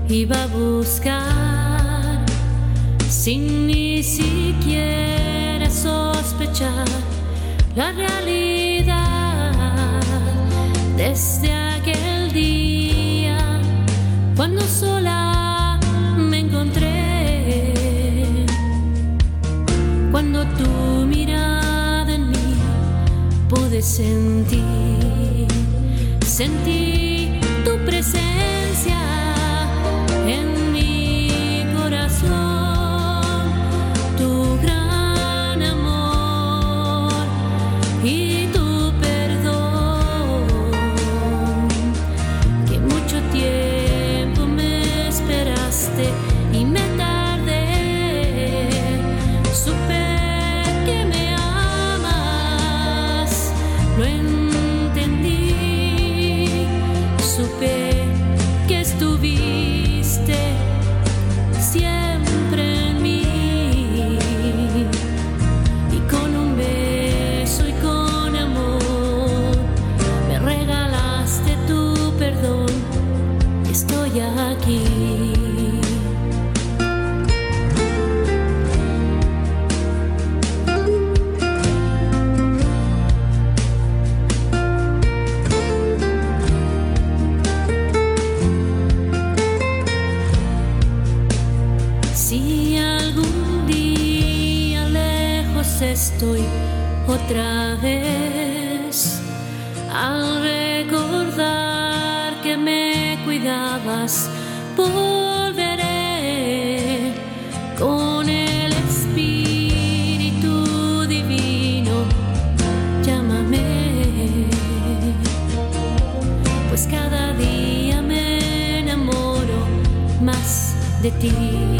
iba a buscar sin ni siquiera sospechar la realidad. Desde aquel día cuando sola me encontré, cuando tu mirada en mí pude sentir tu presencia en mi corazón, tu gran amor y tu perdón, que mucho tiempo me esperaste y me tardé, supe que me amas, lo entendí, supe que estuviste siempre en mí, y con un beso y con amor me regalaste tu perdón. Estoy aquí. Si algún día lejos estoy otra vez, al recordar que me cuidabas, volveré con el Espíritu Divino. Llámame, pues cada día me enamoro más de ti.